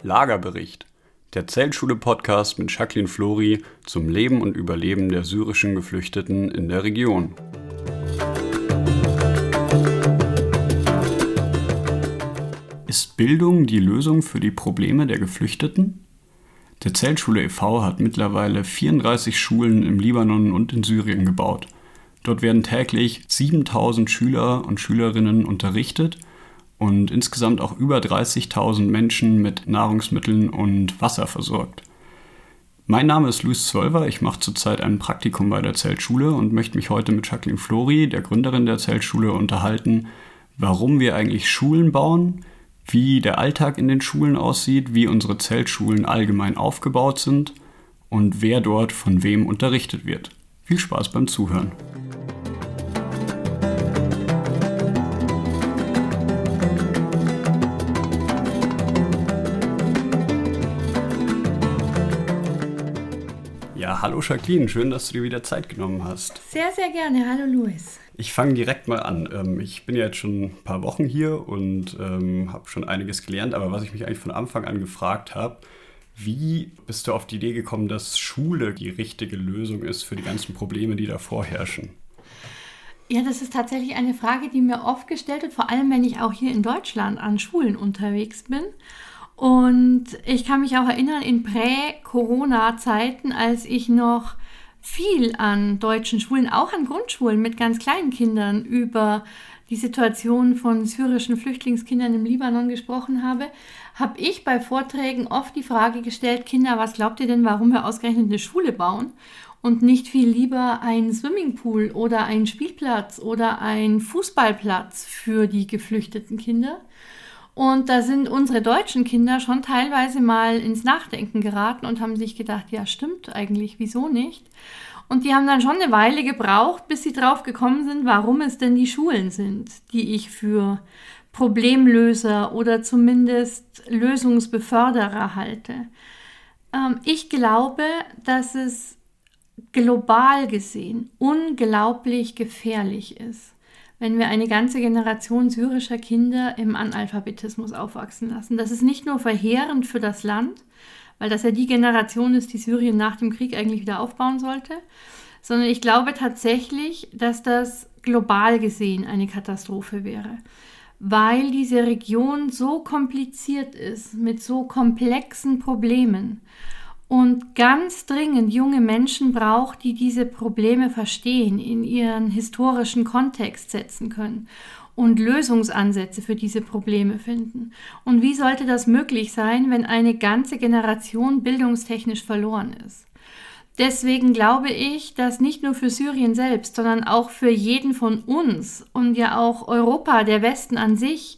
Lagerbericht, der Zeltschule-Podcast mit Jacqueline Flori zum Leben und Überleben der syrischen Geflüchteten in der Region. Ist Bildung die Lösung für die Probleme der Geflüchteten? Der Zeltschule e.V. hat mittlerweile 34 Schulen im Libanon und in Syrien gebaut. Dort werden täglich 7000 Schüler und Schülerinnen unterrichtet und insgesamt auch über 30.000 Menschen mit Nahrungsmitteln und Wasser versorgt. Mein Name ist Luis Zwölver, ich mache zurzeit ein Praktikum bei der Zeltschule und möchte mich heute mit Jacqueline Flori, der Gründerin der Zeltschule, unterhalten, warum wir eigentlich Schulen bauen, wie der Alltag in den Schulen aussieht, wie unsere Zeltschulen allgemein aufgebaut sind und wer dort von wem unterrichtet wird. Viel Spaß beim Zuhören. Ja, hallo Jacqueline, schön, dass du dir wieder Zeit genommen hast. Sehr, sehr gerne. Hallo Luis. Ich fange direkt mal an. Ich bin ja jetzt schon ein paar Wochen hier und habe schon einiges gelernt, aber was ich mich eigentlich von Anfang an gefragt habe, wie bist du auf die Idee gekommen, dass Schule die richtige Lösung ist für die ganzen Probleme, die da vorherrschen? Ja, das ist tatsächlich eine Frage, die mir oft gestellt wird, vor allem wenn ich auch hier in Deutschland an Schulen unterwegs bin. Und ich kann mich auch erinnern, in Prä-Corona-Zeiten, als ich noch viel an deutschen Schulen, auch an Grundschulen mit ganz kleinen Kindern über die Situation von syrischen Flüchtlingskindern im Libanon gesprochen habe, habe ich bei Vorträgen oft die Frage gestellt, Kinder, was glaubt ihr denn, warum wir ausgerechnet eine Schule bauen und nicht viel lieber einen Swimmingpool oder einen Spielplatz oder einen Fußballplatz für die geflüchteten Kinder? Und da sind unsere deutschen Kinder schon teilweise mal ins Nachdenken geraten und haben sich gedacht, ja stimmt eigentlich, wieso nicht? Und die haben dann schon eine Weile gebraucht, bis sie drauf gekommen sind, warum es denn die Schulen sind, die ich für Problemlöser oder zumindest Lösungsbeförderer halte. Ich glaube, dass es global gesehen unglaublich gefährlich ist, wenn wir eine ganze Generation syrischer Kinder im Analphabetismus aufwachsen lassen. Das ist nicht nur verheerend für das Land, weil das ja die Generation ist, die Syrien nach dem Krieg eigentlich wieder aufbauen sollte, sondern ich glaube tatsächlich, dass das global gesehen eine Katastrophe wäre, weil diese Region so kompliziert ist, mit so komplexen Problemen und ganz dringend junge Menschen braucht, die diese Probleme verstehen, in ihren historischen Kontext setzen können und Lösungsansätze für diese Probleme finden. Und wie sollte das möglich sein, wenn eine ganze Generation bildungstechnisch verloren ist? Deswegen glaube ich, dass nicht nur für Syrien selbst, sondern auch für jeden von uns und ja auch Europa, der Westen an sich,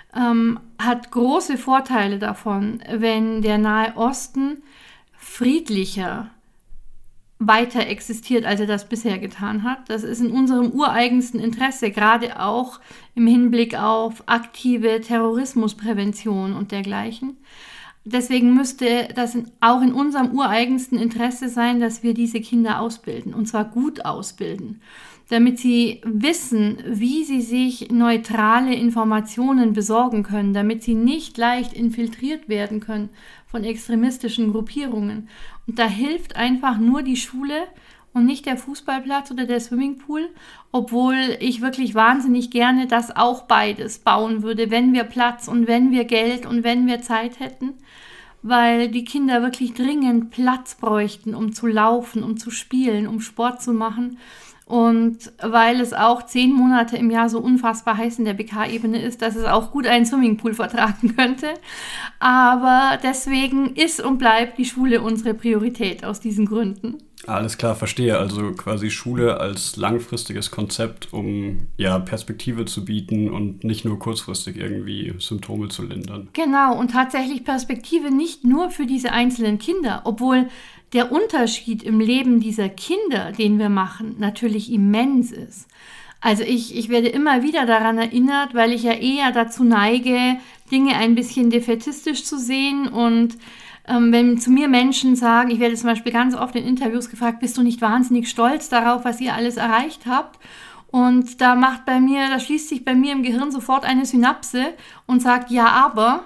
hat große Vorteile davon, wenn der Nahe Osten friedlicher weiter existiert, als er das bisher getan hat. Das ist in unserem ureigensten Interesse, gerade auch im Hinblick auf aktive Terrorismusprävention und dergleichen. Deswegen müsste das auch in unserem ureigensten Interesse sein, dass wir diese Kinder ausbilden, und zwar gut ausbilden, damit sie wissen, wie sie sich neutrale Informationen besorgen können, damit sie nicht leicht infiltriert werden können von extremistischen Gruppierungen. Und da hilft einfach nur die Schule und nicht der Fußballplatz oder der Swimmingpool, obwohl ich wirklich wahnsinnig gerne das auch beides bauen würde, wenn wir Platz und wenn wir Geld und wenn wir Zeit hätten, weil die Kinder wirklich dringend Platz bräuchten, um zu laufen, um zu spielen, um Sport zu machen. Und weil es auch 10 Monate im Jahr so unfassbar heiß in der BK-Ebene ist, dass es auch gut einen Swimmingpool vertragen könnte. Aber deswegen ist und bleibt die Schule unsere Priorität aus diesen Gründen. Alles klar, verstehe. Also quasi Schule als langfristiges Konzept, um ja Perspektive zu bieten und nicht nur kurzfristig irgendwie Symptome zu lindern. Genau, und tatsächlich Perspektive nicht nur für diese einzelnen Kinder, obwohl der Unterschied im Leben dieser Kinder, den wir machen, natürlich immens ist. Also ich werde immer wieder daran erinnert, weil ich ja eher dazu neige, Dinge ein bisschen defätistisch zu sehen. Und wenn zu mir Menschen sagen, ich werde zum Beispiel ganz oft in Interviews gefragt, bist du nicht wahnsinnig stolz darauf, was ihr alles erreicht habt? Und da schließt sich bei mir im Gehirn sofort eine Synapse und sagt, ja, aber.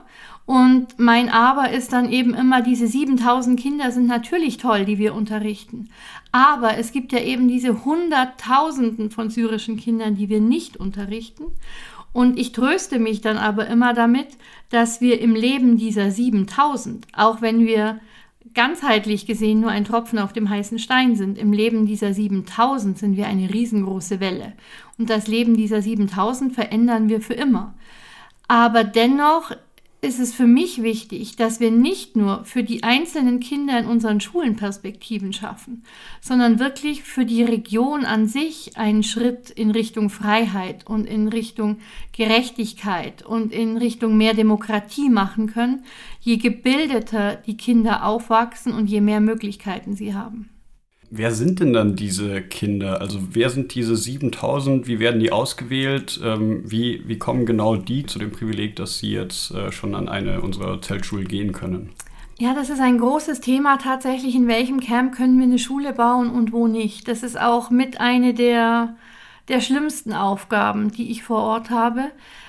Und mein Aber ist dann eben immer, diese 7.000 Kinder sind natürlich toll, die wir unterrichten. Aber es gibt ja eben diese Hunderttausenden von syrischen Kindern, die wir nicht unterrichten. Und ich tröste mich dann aber immer damit, dass wir im Leben dieser 7.000, auch wenn wir ganzheitlich gesehen nur ein Tropfen auf dem heißen Stein sind, im Leben dieser 7.000 sind wir eine riesengroße Welle. Und das Leben dieser 7.000 verändern wir für immer. Aber dennoch ist es für mich wichtig, dass wir nicht nur für die einzelnen Kinder in unseren Schulen Perspektiven schaffen, sondern wirklich für die Region an sich einen Schritt in Richtung Freiheit und in Richtung Gerechtigkeit und in Richtung mehr Demokratie machen können, je gebildeter die Kinder aufwachsen und je mehr Möglichkeiten sie haben. Wer sind denn dann diese Kinder? Also wer sind diese 7.000? Wie werden die ausgewählt? Wie kommen genau die zu dem Privileg, dass sie jetzt schon an eine unserer Zeltschulen gehen können? Ja, das ist ein großes Thema tatsächlich. In welchem Camp können wir eine Schule bauen und wo nicht? Das ist auch mit eine der schlimmsten Aufgaben, die ich vor Ort habe.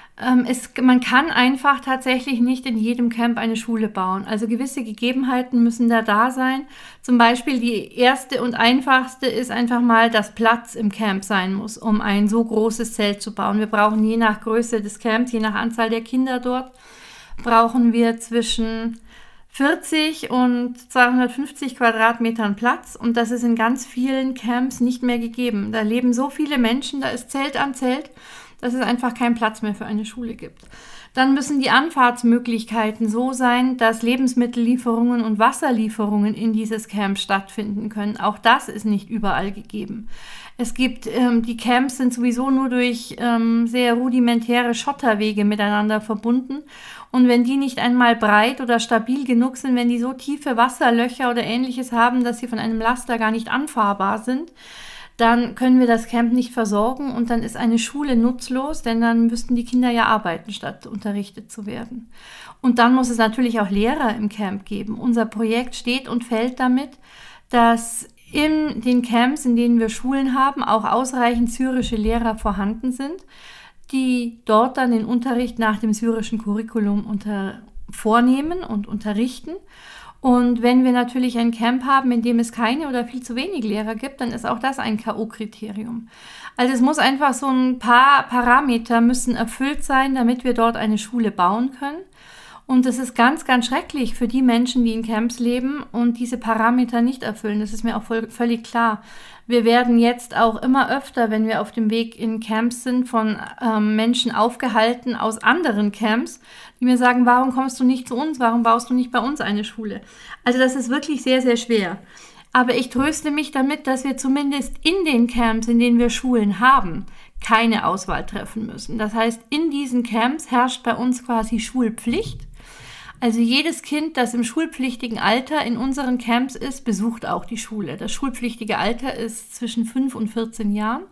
Man kann einfach tatsächlich nicht in jedem Camp eine Schule bauen. Also gewisse Gegebenheiten müssen da sein. Zum Beispiel die erste und einfachste ist einfach mal, dass Platz im Camp sein muss, um ein so großes Zelt zu bauen. Wir brauchen je nach Größe des Camps, je nach Anzahl der Kinder dort, brauchen wir zwischen 40 und 250 Quadratmetern Platz. Und das ist in ganz vielen Camps nicht mehr gegeben. Da leben so viele Menschen, da ist Zelt an Zelt, dass es einfach keinen Platz mehr für eine Schule gibt. Dann müssen die Anfahrtsmöglichkeiten so sein, dass Lebensmittellieferungen und Wasserlieferungen in dieses Camp stattfinden können. Auch das ist nicht überall gegeben. Die Camps sind sowieso nur durch sehr rudimentäre Schotterwege miteinander verbunden. Und wenn die nicht einmal breit oder stabil genug sind, wenn die so tiefe Wasserlöcher oder Ähnliches haben, dass sie von einem Laster gar nicht anfahrbar sind, dann können wir das Camp nicht versorgen und dann ist eine Schule nutzlos, denn dann müssten die Kinder ja arbeiten, statt unterrichtet zu werden. Und dann muss es natürlich auch Lehrer im Camp geben. Unser Projekt steht und fällt damit, dass in den Camps, in denen wir Schulen haben, auch ausreichend syrische Lehrer vorhanden sind, die dort dann den Unterricht nach dem syrischen Curriculum vornehmen und unterrichten. Und wenn wir natürlich ein Camp haben, in dem es keine oder viel zu wenig Lehrer gibt, dann ist auch das ein K.O.-Kriterium. Also es muss einfach so ein paar Parameter müssen erfüllt sein, damit wir dort eine Schule bauen können. Und das ist ganz, ganz schrecklich für die Menschen, die in Camps leben und diese Parameter nicht erfüllen. Das ist mir auch völlig klar. Wir werden jetzt auch immer öfter, wenn wir auf dem Weg in Camps sind, von Menschen aufgehalten aus anderen Camps, die mir sagen, warum kommst du nicht zu uns? Warum baust du nicht bei uns eine Schule? Also das ist wirklich sehr, sehr schwer. Aber ich tröste mich damit, dass wir zumindest in den Camps, in denen wir Schulen haben, keine Auswahl treffen müssen. Das heißt, in diesen Camps herrscht bei uns quasi Schulpflicht. Also jedes Kind, das im schulpflichtigen Alter in unseren Camps ist, besucht auch die Schule. Das schulpflichtige Alter ist zwischen 5 und 14 Jahren.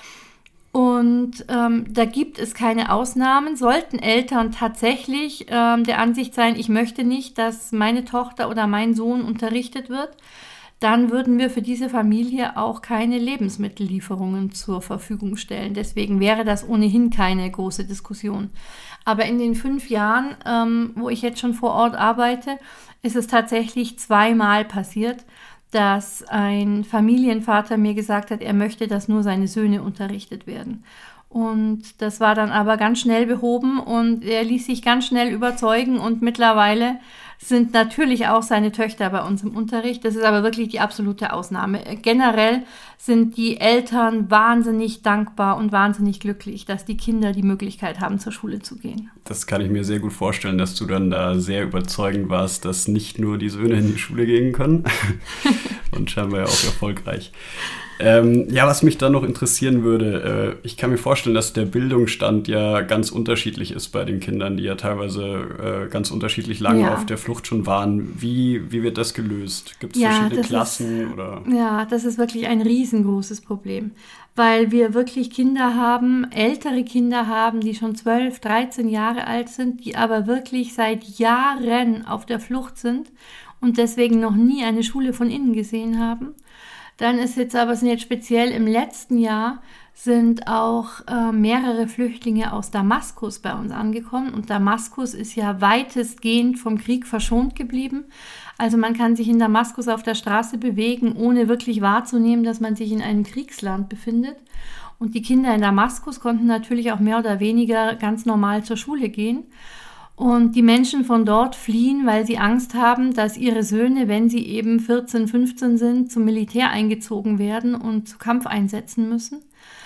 Und da gibt es keine Ausnahmen. Sollten Eltern tatsächlich der Ansicht sein, ich möchte nicht, dass meine Tochter oder mein Sohn unterrichtet wird, dann würden wir für diese Familie auch keine Lebensmittellieferungen zur Verfügung stellen. Deswegen wäre das ohnehin keine große Diskussion. Aber in den 5 Jahren, wo ich jetzt schon vor Ort arbeite, ist es tatsächlich 2-mal passiert, dass ein Familienvater mir gesagt hat, er möchte, dass nur seine Söhne unterrichtet werden. Und das war dann aber ganz schnell behoben und er ließ sich ganz schnell überzeugen und mittlerweile sind natürlich auch seine Töchter bei uns im Unterricht. Das ist aber wirklich die absolute Ausnahme. Generell sind die Eltern wahnsinnig dankbar und wahnsinnig glücklich, dass die Kinder die Möglichkeit haben, zur Schule zu gehen. Das kann ich mir sehr gut vorstellen, dass du dann da sehr überzeugend warst, dass nicht nur die Söhne in die Schule gehen können und scheinbar ja auch erfolgreich. Was mich dann noch interessieren würde, ich kann mir vorstellen, dass der Bildungsstand ja ganz unterschiedlich ist bei den Kindern, die ja teilweise ganz unterschiedlich lange auf der Flucht schon waren. Wie wird das gelöst? Gibt es verschiedene Klassen? Ja, das ist wirklich ein riesengroßes Problem, weil wir wirklich Kinder haben, ältere Kinder haben, die schon 12, 13 Jahre alt sind, die aber wirklich seit Jahren auf der Flucht sind und deswegen noch nie eine Schule von innen gesehen haben. Dann sind jetzt speziell im letzten Jahr sind auch mehrere Flüchtlinge aus Damaskus bei uns angekommen. Und Damaskus ist ja weitestgehend vom Krieg verschont geblieben. Also man kann sich in Damaskus auf der Straße bewegen, ohne wirklich wahrzunehmen, dass man sich in einem Kriegsland befindet. Und die Kinder in Damaskus konnten natürlich auch mehr oder weniger ganz normal zur Schule gehen. Und die Menschen von dort fliehen, weil sie Angst haben, dass ihre Söhne, wenn sie eben 14, 15 sind, zum Militär eingezogen werden und zu Kampfeinsätzen müssen.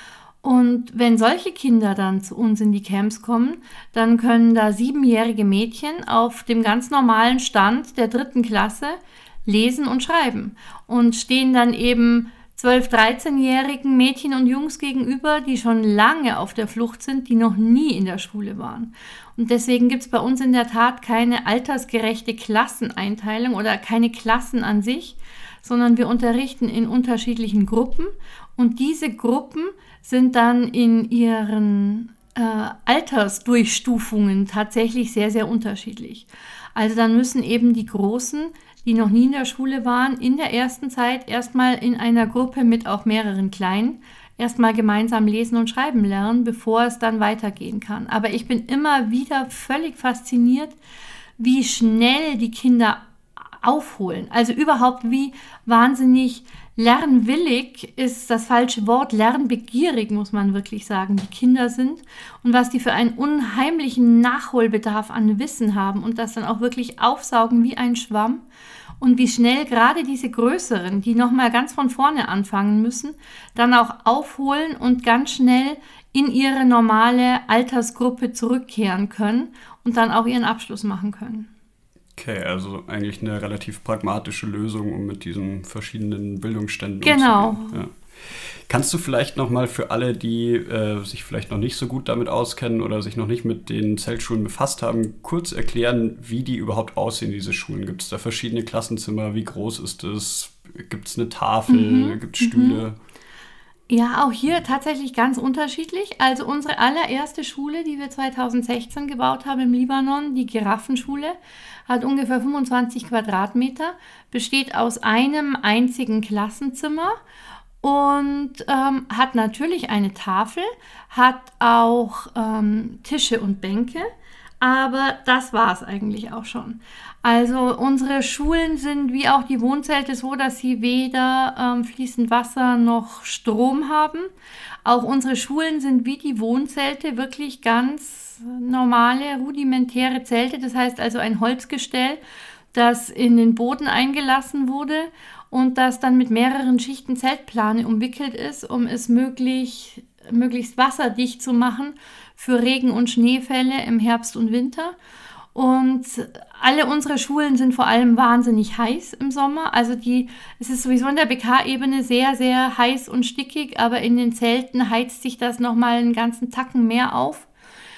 Und wenn solche Kinder dann zu uns in die Camps kommen, dann können da 7-jährige Mädchen auf dem ganz normalen Stand der 3. Klasse lesen und schreiben und stehen dann eben 12-, 13-jährigen Mädchen und Jungs gegenüber, die schon lange auf der Flucht sind, die noch nie in der Schule waren. Und deswegen gibt es bei uns in der Tat keine altersgerechte Klasseneinteilung oder keine Klassen an sich, sondern wir unterrichten in unterschiedlichen Gruppen und diese Gruppen sind dann in ihren Altersdurchstufungen tatsächlich sehr, sehr unterschiedlich. Also dann müssen eben die Großen, die noch nie in der Schule waren, in der ersten Zeit erstmal in einer Gruppe mit auch mehreren Kleinen erstmal gemeinsam lesen und schreiben lernen, bevor es dann weitergehen kann. Aber ich bin immer wieder völlig fasziniert, wie schnell die Kinder aufholen. Also überhaupt wie wahnsinnig lernwillig ist das falsche Wort, lernbegierig muss man wirklich sagen, die Kinder sind und was die für einen unheimlichen Nachholbedarf an Wissen haben und das dann auch wirklich aufsaugen wie ein Schwamm und wie schnell gerade diese Größeren, die nochmal ganz von vorne anfangen müssen, dann auch aufholen und ganz schnell in ihre normale Altersgruppe zurückkehren können und dann auch ihren Abschluss machen können. Okay, also eigentlich eine relativ pragmatische Lösung, um mit diesen verschiedenen Bildungsständen genau. umzugehen. Ja. Kannst du vielleicht nochmal für alle, die sich vielleicht noch nicht so gut damit auskennen oder sich noch nicht mit den Zeltschulen befasst haben, kurz erklären, wie die überhaupt aussehen, diese Schulen? Gibt es da verschiedene Klassenzimmer? Wie groß ist es? Gibt es eine Tafel? Gibt es Stühle? Ja, auch hier tatsächlich ganz unterschiedlich. Also unsere allererste Schule, die wir 2016 gebaut haben im Libanon, die Giraffenschule, hat ungefähr 25 Quadratmeter, besteht aus einem einzigen Klassenzimmer und hat natürlich eine Tafel, hat auch Tische und Bänke, aber das war es eigentlich auch schon. Also unsere Schulen sind wie auch die Wohnzelte so, dass sie weder fließend Wasser noch Strom haben. Auch unsere Schulen sind wie die Wohnzelte wirklich ganz normale, rudimentäre Zelte. Das heißt also ein Holzgestell, das in den Boden eingelassen wurde und das dann mit mehreren Schichten Zeltplane umwickelt ist, um es möglichst wasserdicht zu machen für Regen- und Schneefälle im Herbst und Winter. Und alle unsere Schulen sind vor allem wahnsinnig heiß im Sommer. Also es ist sowieso in der BK-Ebene sehr, sehr heiß und stickig, aber in den Zelten heizt sich das nochmal einen ganzen Tacken mehr auf.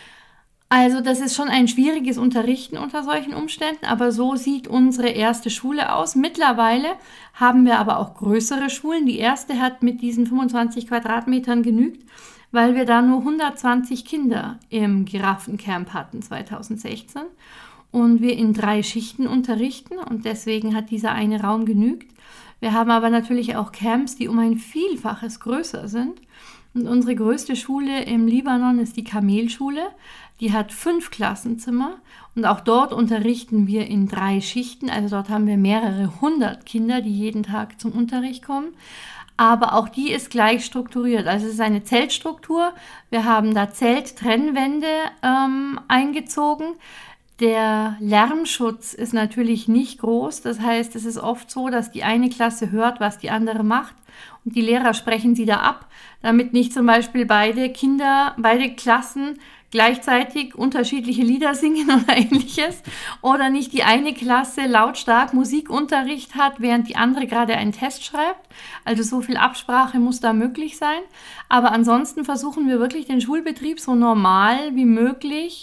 Also das ist schon ein schwieriges Unterrichten unter solchen Umständen, aber so sieht unsere erste Schule aus. Mittlerweile haben wir aber auch größere Schulen. Die erste hat mit diesen 25 Quadratmetern genügt, weil wir da nur 120 Kinder im Giraffencamp hatten 2016 und wir in 3 Schichten unterrichten und deswegen hat dieser eine Raum genügt. Wir haben aber natürlich auch Camps, die um ein Vielfaches größer sind und unsere größte Schule im Libanon ist die Kamelschule. Die hat 5 Klassenzimmer und auch dort unterrichten wir in 3 Schichten. Also dort haben wir mehrere 100 Kinder, die jeden Tag zum Unterricht kommen. Aber auch die ist gleich strukturiert. Also es ist eine Zeltstruktur. Wir haben da Zelttrennwände eingezogen. Der Lärmschutz ist natürlich nicht groß. Das heißt, es ist oft so, dass die eine Klasse hört, was die andere macht. Und die Lehrer sprechen sie da ab, damit nicht zum Beispiel beide Klassen gleichzeitig unterschiedliche Lieder singen oder ähnliches. Oder nicht die eine Klasse lautstark Musikunterricht hat, während die andere gerade einen Test schreibt. Also so viel Absprache muss da möglich sein. Aber ansonsten versuchen wir wirklich den Schulbetrieb so normal wie möglich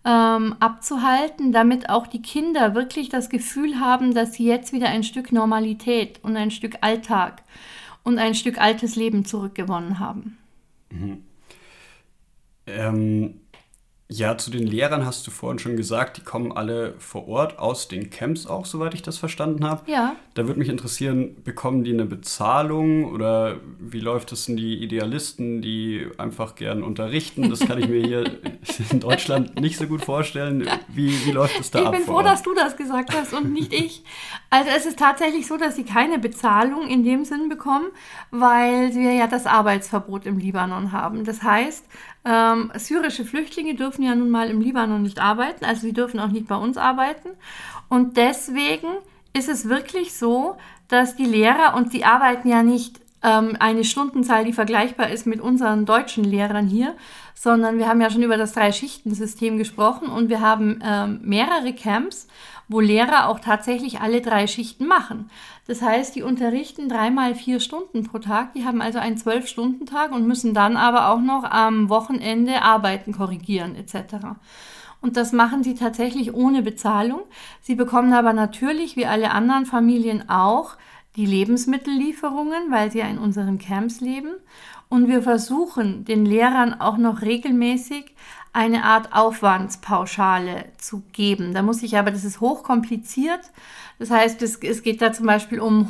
abzuhalten, damit auch die Kinder wirklich das Gefühl haben, dass sie jetzt wieder ein Stück Normalität und ein Stück Alltag und ein Stück altes Leben zurückgewonnen haben. Ja, zu den Lehrern hast du vorhin schon gesagt, die kommen alle vor Ort aus den Camps auch, soweit ich das verstanden habe. Ja. Da würde mich interessieren, bekommen die eine Bezahlung oder wie läuft es, sind die Idealisten, die einfach gern unterrichten? Das kann ich mir hier in Deutschland nicht so gut vorstellen. Wie läuft es da ab? Ich bin froh, dass du das gesagt hast und nicht ich. Also es ist tatsächlich so, dass sie keine Bezahlung in dem Sinn bekommen, weil wir ja das Arbeitsverbot im Libanon haben. Das heißt, syrische Flüchtlinge dürfen ja nun mal im Libanon nicht arbeiten, also sie dürfen auch nicht bei uns arbeiten. Und deswegen ist es wirklich so, dass die Lehrer, und die arbeiten ja nicht eine Stundenzahl, die vergleichbar ist mit unseren deutschen Lehrern hier, sondern wir haben ja schon über das 3-Schichten-System gesprochen und wir haben mehrere Camps, wo Lehrer auch tatsächlich alle 3 Schichten machen. Das heißt, die unterrichten 3 mal 4 Stunden pro Tag, die haben also einen 12-Stunden-Tag und müssen dann aber auch noch am Wochenende Arbeiten korrigieren etc. Und das machen sie tatsächlich ohne Bezahlung. Sie bekommen aber natürlich, wie alle anderen Familien auch, die Lebensmittellieferungen, weil sie ja in unseren Camps leben. Und wir versuchen den Lehrern auch noch regelmäßig eine Art Aufwandspauschale zu geben. Da muss ich aber, das ist hochkompliziert. Das heißt, es geht da zum Beispiel um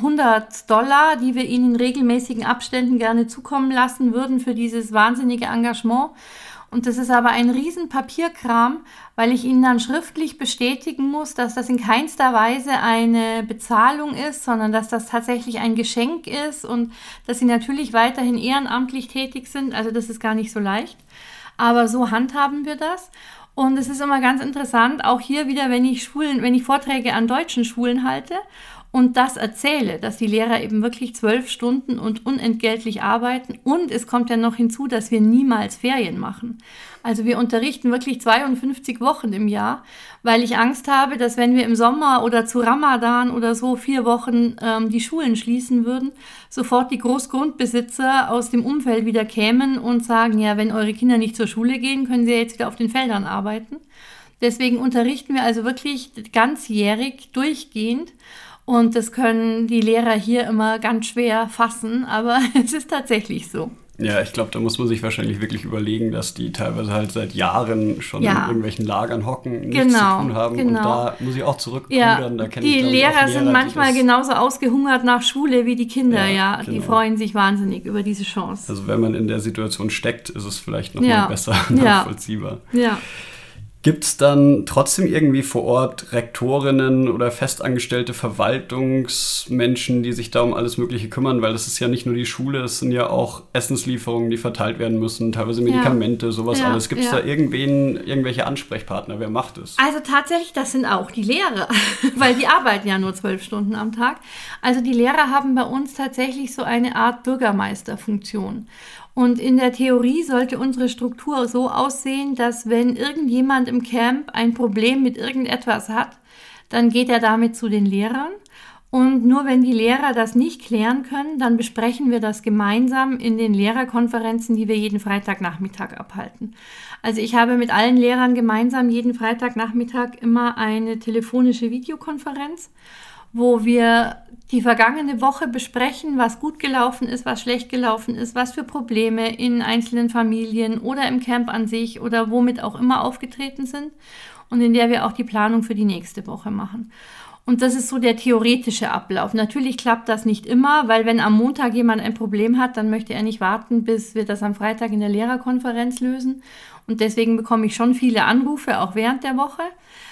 $100, die wir ihnen in regelmäßigen Abständen gerne zukommen lassen würden für dieses wahnsinnige Engagement. Und das ist aber ein riesen Papierkram, weil ich ihnen dann schriftlich bestätigen muss, dass das in keinster Weise eine Bezahlung ist, sondern dass das tatsächlich ein Geschenk ist und dass sie natürlich weiterhin ehrenamtlich tätig sind. Also das ist gar nicht so leicht. Aber so handhaben wir das. Und es ist immer ganz interessant, auch hier wieder, wenn ich Vorträge an deutschen Schulen halte und das erzähle, dass die Lehrer eben wirklich 12 Stunden und unentgeltlich arbeiten. Und es kommt ja noch hinzu, dass wir niemals Ferien machen. Also wir unterrichten wirklich 52 Wochen im Jahr, weil ich Angst habe, dass wenn wir im Sommer oder zu Ramadan oder so 4 Wochen die Schulen schließen würden, sofort die Großgrundbesitzer aus dem Umfeld wieder kämen und sagen, ja, wenn eure Kinder nicht zur Schule gehen, können sie ja jetzt wieder auf den Feldern arbeiten. Deswegen unterrichten wir also wirklich ganzjährig, durchgehend. Und das können die Lehrer hier immer ganz schwer fassen, aber es ist tatsächlich so. Ja, ich glaube, da muss man sich wahrscheinlich wirklich überlegen, dass die teilweise halt seit Jahren schon in irgendwelchen Lagern hocken, nichts zu tun haben. Und da muss ich auch zurückrudern. Da die Lehrer sind manchmal genauso ausgehungert nach Schule wie die Kinder, genau. Die freuen sich wahnsinnig über diese Chance. Also wenn man in der Situation steckt, ist es vielleicht noch mal besser nachvollziehbar. Ja. Gibt es dann trotzdem irgendwie vor Ort Rektorinnen oder festangestellte Verwaltungsmenschen, die sich da um alles Mögliche kümmern? Weil das ist ja nicht nur die Schule, es sind ja auch Essenslieferungen, die verteilt werden müssen, teilweise Medikamente, sowas alles. Gibt es da irgendwelche Ansprechpartner? Wer macht es? Also tatsächlich, das sind auch die Lehrer, weil die arbeiten ja nur 12 Stunden am Tag. Also die Lehrer haben bei uns tatsächlich so eine Art Bürgermeisterfunktion. Und in der Theorie sollte unsere Struktur so aussehen, dass wenn irgendjemand im Camp ein Problem mit irgendetwas hat, dann geht er damit zu den Lehrern. Und nur wenn die Lehrer das nicht klären können, dann besprechen wir das gemeinsam in den Lehrerkonferenzen, die wir jeden Freitagnachmittag abhalten. Also ich habe mit allen Lehrern gemeinsam jeden Freitagnachmittag immer eine telefonische Videokonferenz, wo wir die vergangene Woche besprechen, was gut gelaufen ist, was schlecht gelaufen ist, was für Probleme in einzelnen Familien oder im Camp an sich oder womit auch immer aufgetreten sind und in der wir auch die Planung für die nächste Woche machen. Und das ist so der theoretische Ablauf. Natürlich klappt das nicht immer, weil wenn am Montag jemand ein Problem hat, dann möchte er nicht warten, bis wir das am Freitag in der Lehrerkonferenz lösen. Und deswegen bekomme ich schon viele Anrufe, auch während der Woche.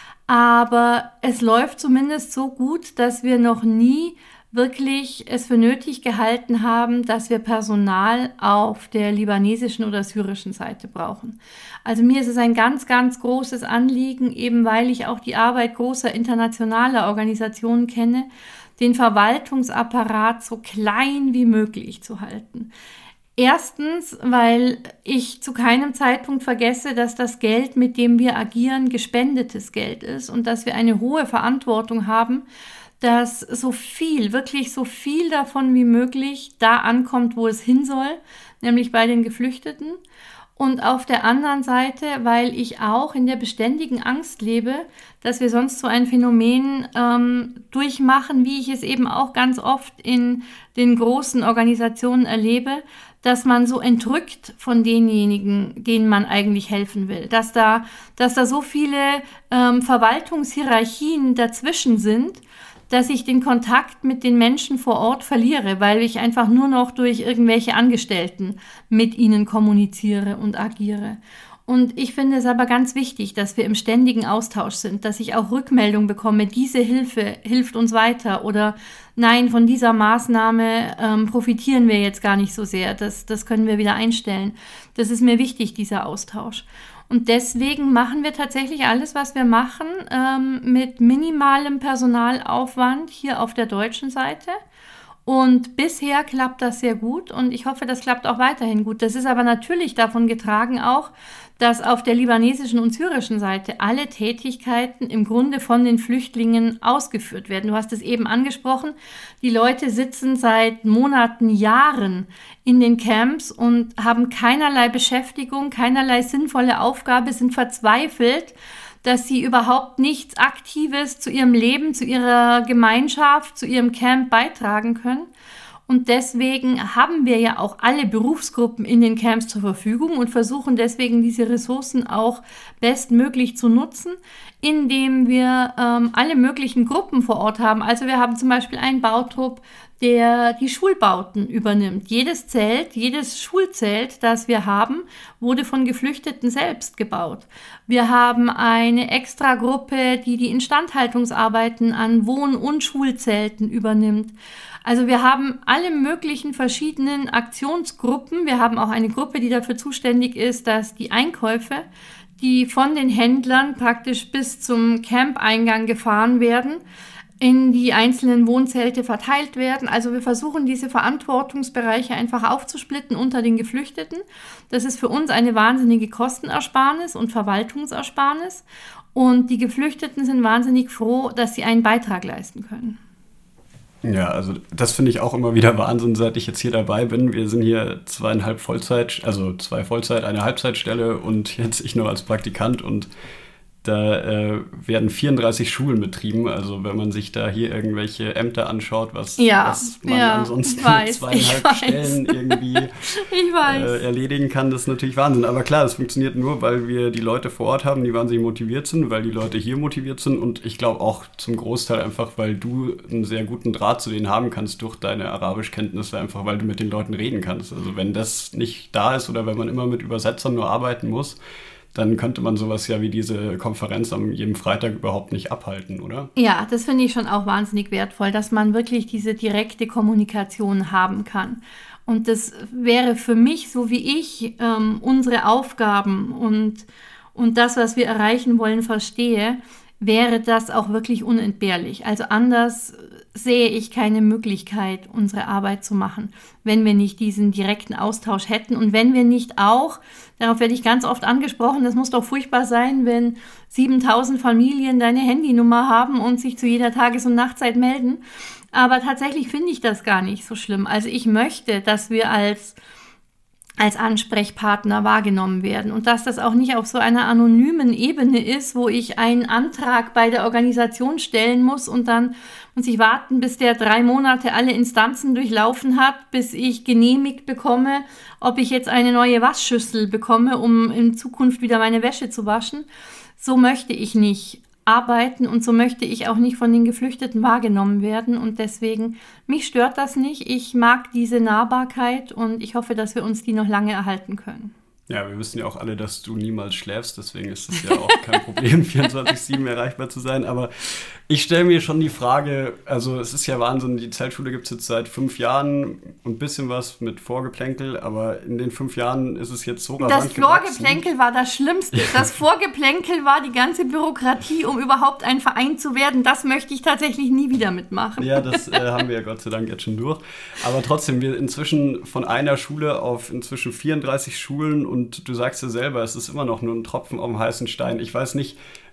Aber es läuft zumindest so gut, dass wir noch nie wirklich es für nötig gehalten haben, dass wir Personal auf der libanesischen oder syrischen Seite brauchen. Also mir ist es ein ganz, ganz großes Anliegen, eben weil ich auch die Arbeit großer internationaler Organisationen kenne, den Verwaltungsapparat so klein wie möglich zu halten. Erstens, weil ich zu keinem Zeitpunkt vergesse, dass das Geld, mit dem wir agieren, gespendetes Geld ist und dass wir eine hohe Verantwortung haben, dass so viel, wirklich so viel davon wie möglich da ankommt, wo es hin soll, nämlich bei den Geflüchteten. Und auf der anderen Seite, weil ich auch in der beständigen Angst lebe, dass wir sonst so ein Phänomen durchmachen, wie ich es eben auch ganz oft in den großen Organisationen erlebe, dass man so entrückt von denjenigen, denen man eigentlich helfen will. Dass da so viele Verwaltungshierarchien dazwischen sind, dass ich den Kontakt mit den Menschen vor Ort verliere, weil ich einfach nur noch durch irgendwelche Angestellten mit ihnen kommuniziere und agiere. Und ich finde es aber ganz wichtig, dass wir im ständigen Austausch sind, dass ich auch Rückmeldung bekomme, diese Hilfe hilft uns weiter oder nein, von dieser Maßnahme profitieren wir jetzt gar nicht so sehr, das können wir wieder einstellen. Das ist mir wichtig, dieser Austausch. Und deswegen machen wir tatsächlich alles, was wir machen, mit minimalem Personalaufwand hier auf der deutschen Seite. Und bisher klappt das sehr gut und ich hoffe, das klappt auch weiterhin gut. Das ist aber natürlich davon getragen auch, dass auf der libanesischen und syrischen Seite alle Tätigkeiten im Grunde von den Flüchtlingen ausgeführt werden. Du hast es eben angesprochen, die Leute sitzen seit Monaten, Jahren in den Camps und haben keinerlei Beschäftigung, keinerlei sinnvolle Aufgabe, sind verzweifelt, dass sie überhaupt nichts Aktives zu ihrem Leben, zu ihrer Gemeinschaft, zu ihrem Camp beitragen können. Und deswegen haben wir ja auch alle Berufsgruppen in den Camps zur Verfügung und versuchen deswegen diese Ressourcen auch bestmöglich zu nutzen, indem wir alle möglichen Gruppen vor Ort haben. Also wir haben zum Beispiel einen Bautrupp, der die Schulbauten übernimmt. Jedes Zelt, jedes Schulzelt, das wir haben, wurde von Geflüchteten selbst gebaut. Wir haben eine Extragruppe, die die Instandhaltungsarbeiten an Wohn- und Schulzelten übernimmt. Also wir haben alle möglichen verschiedenen Aktionsgruppen. Wir haben auch eine Gruppe, die dafür zuständig ist, dass die Einkäufe, die von den Händlern praktisch bis zum Campeingang gefahren werden, in die einzelnen Wohnzelte verteilt werden. Also wir versuchen, diese Verantwortungsbereiche einfach aufzusplitten unter den Geflüchteten. Das ist für uns eine wahnsinnige Kostenersparnis und Verwaltungsersparnis. Und die Geflüchteten sind wahnsinnig froh, dass sie einen Beitrag leisten können. Ja, also das finde ich auch immer wieder Wahnsinn, seit ich jetzt hier dabei bin. Wir sind hier 2,5 Vollzeit, also 2 Vollzeit, eine Halbzeitstelle und jetzt ich noch als Praktikant und da werden 34 Schulen betrieben. Also wenn man sich da hier irgendwelche Ämter anschaut, was man ansonsten mit 2,5 Stellen irgendwie erledigen kann, das ist natürlich Wahnsinn. Aber klar, das funktioniert nur, weil wir die Leute vor Ort haben, die wahnsinnig motiviert sind, weil die Leute hier motiviert sind und ich glaube auch zum Großteil einfach, weil du einen sehr guten Draht zu denen haben kannst durch deine Arabischkenntnisse, einfach weil du mit den Leuten reden kannst. Also wenn das nicht da ist oder wenn man immer mit Übersetzern nur arbeiten muss, dann könnte man sowas ja wie diese Konferenz am jedem Freitag überhaupt nicht abhalten, oder? Ja, das finde ich schon auch wahnsinnig wertvoll, dass man wirklich diese direkte Kommunikation haben kann. Und das wäre für mich, so wie ich unsere Aufgaben und das, was wir erreichen wollen, verstehe, wäre das auch wirklich unentbehrlich. Also anders sehe ich keine Möglichkeit, unsere Arbeit zu machen, wenn wir nicht diesen direkten Austausch hätten und wenn wir nicht auch, darauf werde ich ganz oft angesprochen, das muss doch furchtbar sein, wenn 7.000 Familien deine Handynummer haben und sich zu jeder Tages- und Nachtzeit melden. Aber tatsächlich finde ich das gar nicht so schlimm. Also ich möchte, dass wir als Ansprechpartner wahrgenommen werden und dass das auch nicht auf so einer anonymen Ebene ist, wo ich einen Antrag bei der Organisation stellen muss und dann muss ich warten, bis der 3 Monate alle Instanzen durchlaufen hat, bis ich genehmigt bekomme, ob ich jetzt eine neue Waschschüssel bekomme, um in Zukunft wieder meine Wäsche zu waschen. So möchte ich nicht arbeiten und so möchte ich auch nicht von den Geflüchteten wahrgenommen werden und deswegen, mich stört das nicht. Ich mag diese Nahbarkeit und ich hoffe, dass wir uns die noch lange erhalten können. Ja, wir wissen ja auch alle, dass du niemals schläfst, deswegen ist es ja auch kein Problem, 24/7 erreichbar zu sein, aber ich stelle mir schon die Frage, also es ist ja Wahnsinn, die Zeltschule gibt es jetzt seit 5 Jahren und ein bisschen was mit Vorgeplänkel, aber in den 5 Jahren ist es jetzt so rasant gewachsen. Das Vorgeplänkel war das Schlimmste. Das Vorgeplänkel war die ganze Bürokratie, um überhaupt ein Verein zu werden. Das möchte ich tatsächlich nie wieder mitmachen. Ja, das haben wir ja Gott sei Dank jetzt schon durch. Aber trotzdem, wir inzwischen von einer Schule auf inzwischen 34 Schulen und du sagst ja selber, es ist immer noch nur ein Tropfen auf dem heißen Stein. Ich weiß nicht,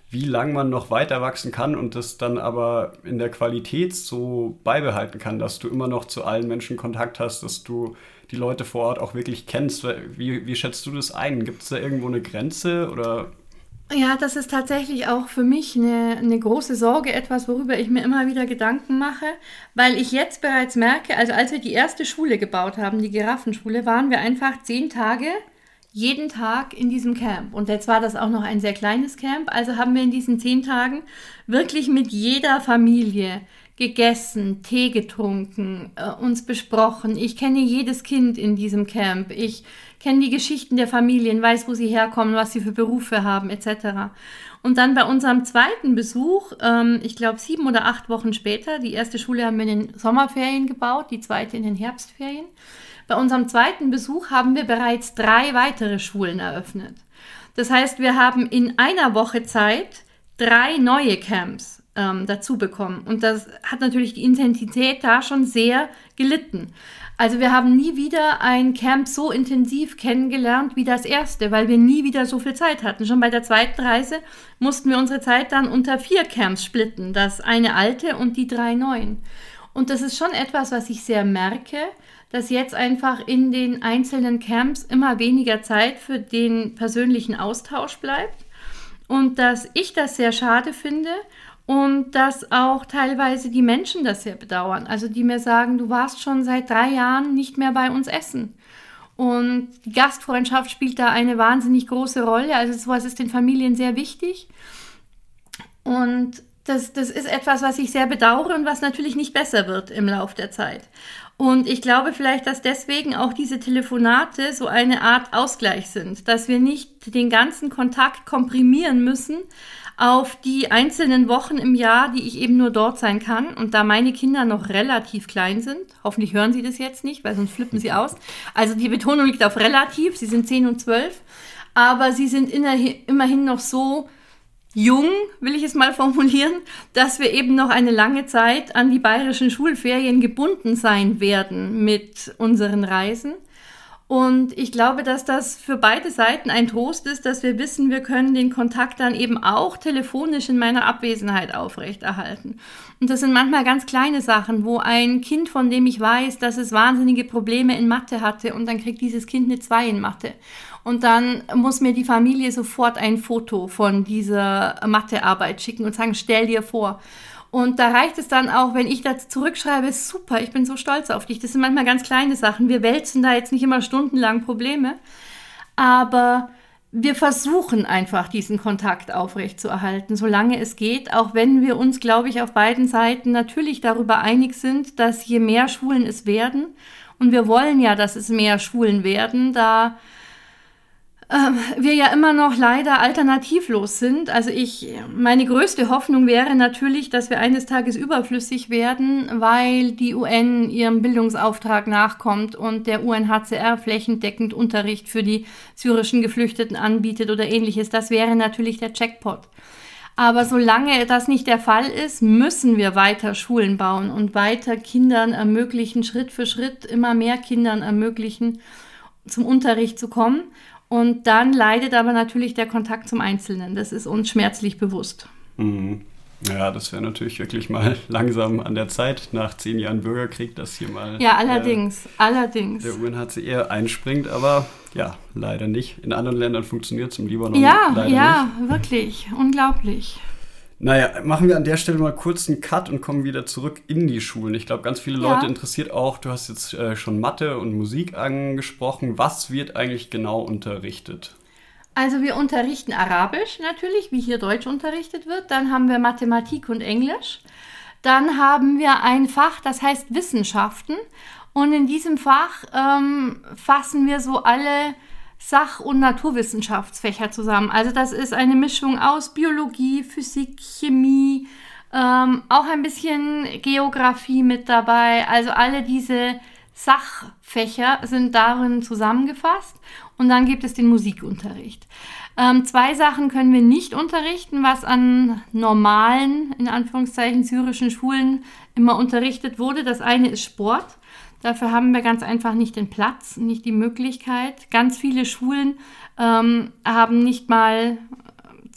wie lange man noch weiter wachsen kann und das dann aber in der Qualität so beibehalten kann, dass du immer noch zu allen Menschen Kontakt hast, dass du die Leute vor Ort auch wirklich kennst. Wie schätzt du das ein? Gibt es da irgendwo eine Grenze oder? Ja, das ist tatsächlich auch für mich eine große Sorge, etwas, worüber ich mir immer wieder Gedanken mache, weil ich jetzt bereits merke, also als wir die erste Schule gebaut haben, die Giraffenschule, waren wir einfach 10 Tage jeden Tag in diesem Camp. Und jetzt war das auch noch ein sehr kleines Camp, also haben wir in diesen 10 Tagen wirklich mit jeder Familie gegessen, Tee getrunken, uns besprochen. Ich kenne jedes Kind in diesem Camp. Ich kenne die Geschichten der Familien, weiß, wo sie herkommen, was sie für Berufe haben, etc. Und dann bei unserem zweiten Besuch, ich glaube 7 oder 8 Wochen später, die erste Schule haben wir in den Sommerferien gebaut, die zweite in den Herbstferien. Bei unserem zweiten Besuch haben wir bereits 3 weitere Schulen eröffnet. Das heißt, wir haben in einer Woche Zeit 3 neue Camps dazu bekommen. Und das hat natürlich die Intensität da schon sehr gelitten. Also wir haben nie wieder ein Camp so intensiv kennengelernt wie das erste, weil wir nie wieder so viel Zeit hatten. Schon bei der zweiten Reise mussten wir unsere Zeit dann unter 4 Camps splitten. Das eine alte und die 3 neuen. Und das ist schon etwas, was ich sehr merke, dass jetzt einfach in den einzelnen Camps immer weniger Zeit für den persönlichen Austausch bleibt und dass ich das sehr schade finde und dass auch teilweise die Menschen das sehr bedauern. Also die mir sagen, du warst schon seit 3 Jahren nicht mehr bei uns essen. Und die Gastfreundschaft spielt da eine wahnsinnig große Rolle. Also sowas ist den Familien sehr wichtig. Und das ist etwas, was ich sehr bedauere und was natürlich nicht besser wird im Laufe der Zeit. Und ich glaube vielleicht, dass deswegen auch diese Telefonate so eine Art Ausgleich sind, dass wir nicht den ganzen Kontakt komprimieren müssen auf die einzelnen Wochen im Jahr, die ich eben nur dort sein kann. Und da meine Kinder noch relativ klein sind, hoffentlich hören sie das jetzt nicht, weil sonst flippen sie aus. Also die Betonung liegt auf relativ, sie sind 10 und 12, aber sie sind immerhin noch so jung, will ich es mal formulieren, dass wir eben noch eine lange Zeit an die bayerischen Schulferien gebunden sein werden mit unseren Reisen. Und ich glaube, dass das für beide Seiten ein Trost ist, dass wir wissen, wir können den Kontakt dann eben auch telefonisch in meiner Abwesenheit aufrechterhalten. Und das sind manchmal ganz kleine Sachen, wo ein Kind, von dem ich weiß, dass es wahnsinnige Probleme in Mathe hatte und dann kriegt dieses Kind eine 2 in Mathe. Und dann muss mir die Familie sofort ein Foto von dieser Mathearbeit schicken und sagen, stell dir vor. Und da reicht es dann auch, wenn ich da zurückschreibe, super, ich bin so stolz auf dich. Das sind manchmal ganz kleine Sachen. Wir wälzen da jetzt nicht immer stundenlang Probleme, aber wir versuchen einfach, diesen Kontakt aufrechtzuerhalten, solange es geht, auch wenn wir uns, glaube ich, auf beiden Seiten natürlich darüber einig sind, dass je mehr Schulen es werden, und wir wollen ja, dass es mehr Schulen werden, da wir ja immer noch leider alternativlos sind. Also meine größte Hoffnung wäre natürlich, dass wir eines Tages überflüssig werden, weil die UN ihrem Bildungsauftrag nachkommt und der UNHCR flächendeckend Unterricht für die syrischen Geflüchteten anbietet oder ähnliches. Das wäre natürlich der Jackpot. Aber solange das nicht der Fall ist, müssen wir weiter Schulen bauen und weiter Kindern ermöglichen, Schritt für Schritt immer mehr Kindern ermöglichen, zum Unterricht zu kommen. Und dann leidet aber natürlich der Kontakt zum Einzelnen. Das ist uns schmerzlich bewusst. Mhm. Ja, das wäre natürlich wirklich mal langsam an der Zeit, nach 10 Jahren Bürgerkrieg, dass hier mal ja, allerdings. Der UNHCR einspringt. Aber ja, leider nicht. In anderen Ländern funktioniert es, im Libanon leider nicht. Ja, wirklich. Unglaublich. Naja, machen wir an der Stelle mal kurz einen Cut und kommen wieder zurück in die Schulen. Ich glaube, ganz viele Leute interessiert auch, du hast jetzt schon Mathe und Musik angesprochen. Was wird eigentlich genau unterrichtet? Also wir unterrichten Arabisch natürlich, wie hier Deutsch unterrichtet wird. Dann haben wir Mathematik und Englisch. Dann haben wir ein Fach, das heißt Wissenschaften. Und in diesem Fach fassen wir so alle Sach- und Naturwissenschaftsfächer zusammen. Also das ist eine Mischung aus Biologie, Physik, Chemie, auch ein bisschen Geografie mit dabei. Also alle diese Sachfächer sind darin zusammengefasst. Und dann gibt es den Musikunterricht. 2 Sachen können wir nicht unterrichten, was an normalen, in Anführungszeichen, syrischen Schulen immer unterrichtet wurde. Das eine ist Sport. Dafür haben wir ganz einfach nicht den Platz, nicht die Möglichkeit. Ganz viele Schulen haben nicht mal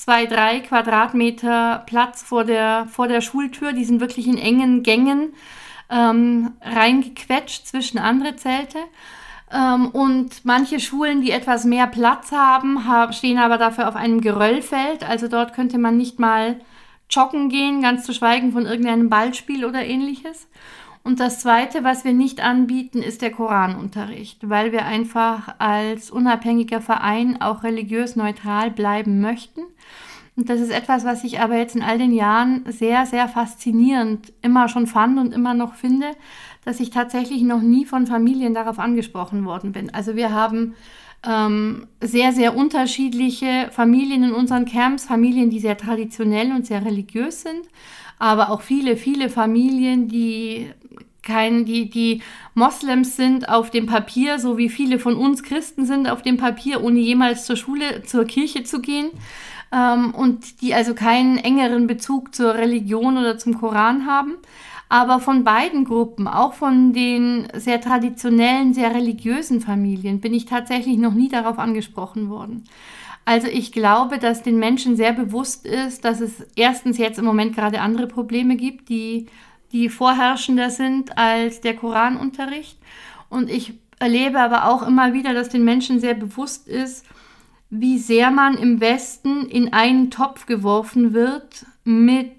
2-3 Quadratmeter Platz vor der Schultür. Die sind wirklich in engen Gängen reingequetscht zwischen andere Zelte. Und manche Schulen, die etwas mehr Platz haben, stehen aber dafür auf einem Geröllfeld. Also dort könnte man nicht mal joggen gehen, ganz zu schweigen von irgendeinem Ballspiel oder ähnliches. Und das Zweite, was wir nicht anbieten, ist der Koranunterricht, weil wir einfach als unabhängiger Verein auch religiös neutral bleiben möchten. Und das ist etwas, was ich aber jetzt in all den Jahren sehr, sehr faszinierend immer schon fand und immer noch finde, dass ich tatsächlich noch nie von Familien darauf angesprochen worden bin. Also wir haben sehr, sehr unterschiedliche Familien in unseren Camps, Familien, die sehr traditionell und sehr religiös sind, aber auch viele, viele Familien, die Moslems sind auf dem Papier, so wie viele von uns Christen sind auf dem Papier, ohne jemals zur Kirche zu gehen, und die also keinen engeren Bezug zur Religion oder zum Koran haben. Aber von beiden Gruppen, auch von den sehr traditionellen, sehr religiösen Familien, bin ich tatsächlich noch nie darauf angesprochen worden. Also ich glaube, dass den Menschen sehr bewusst ist, dass es erstens jetzt im Moment gerade andere Probleme gibt, die vorherrschender sind als der Koranunterricht. Und ich erlebe aber auch immer wieder, dass den Menschen sehr bewusst ist, wie sehr man im Westen in einen Topf geworfen wird mit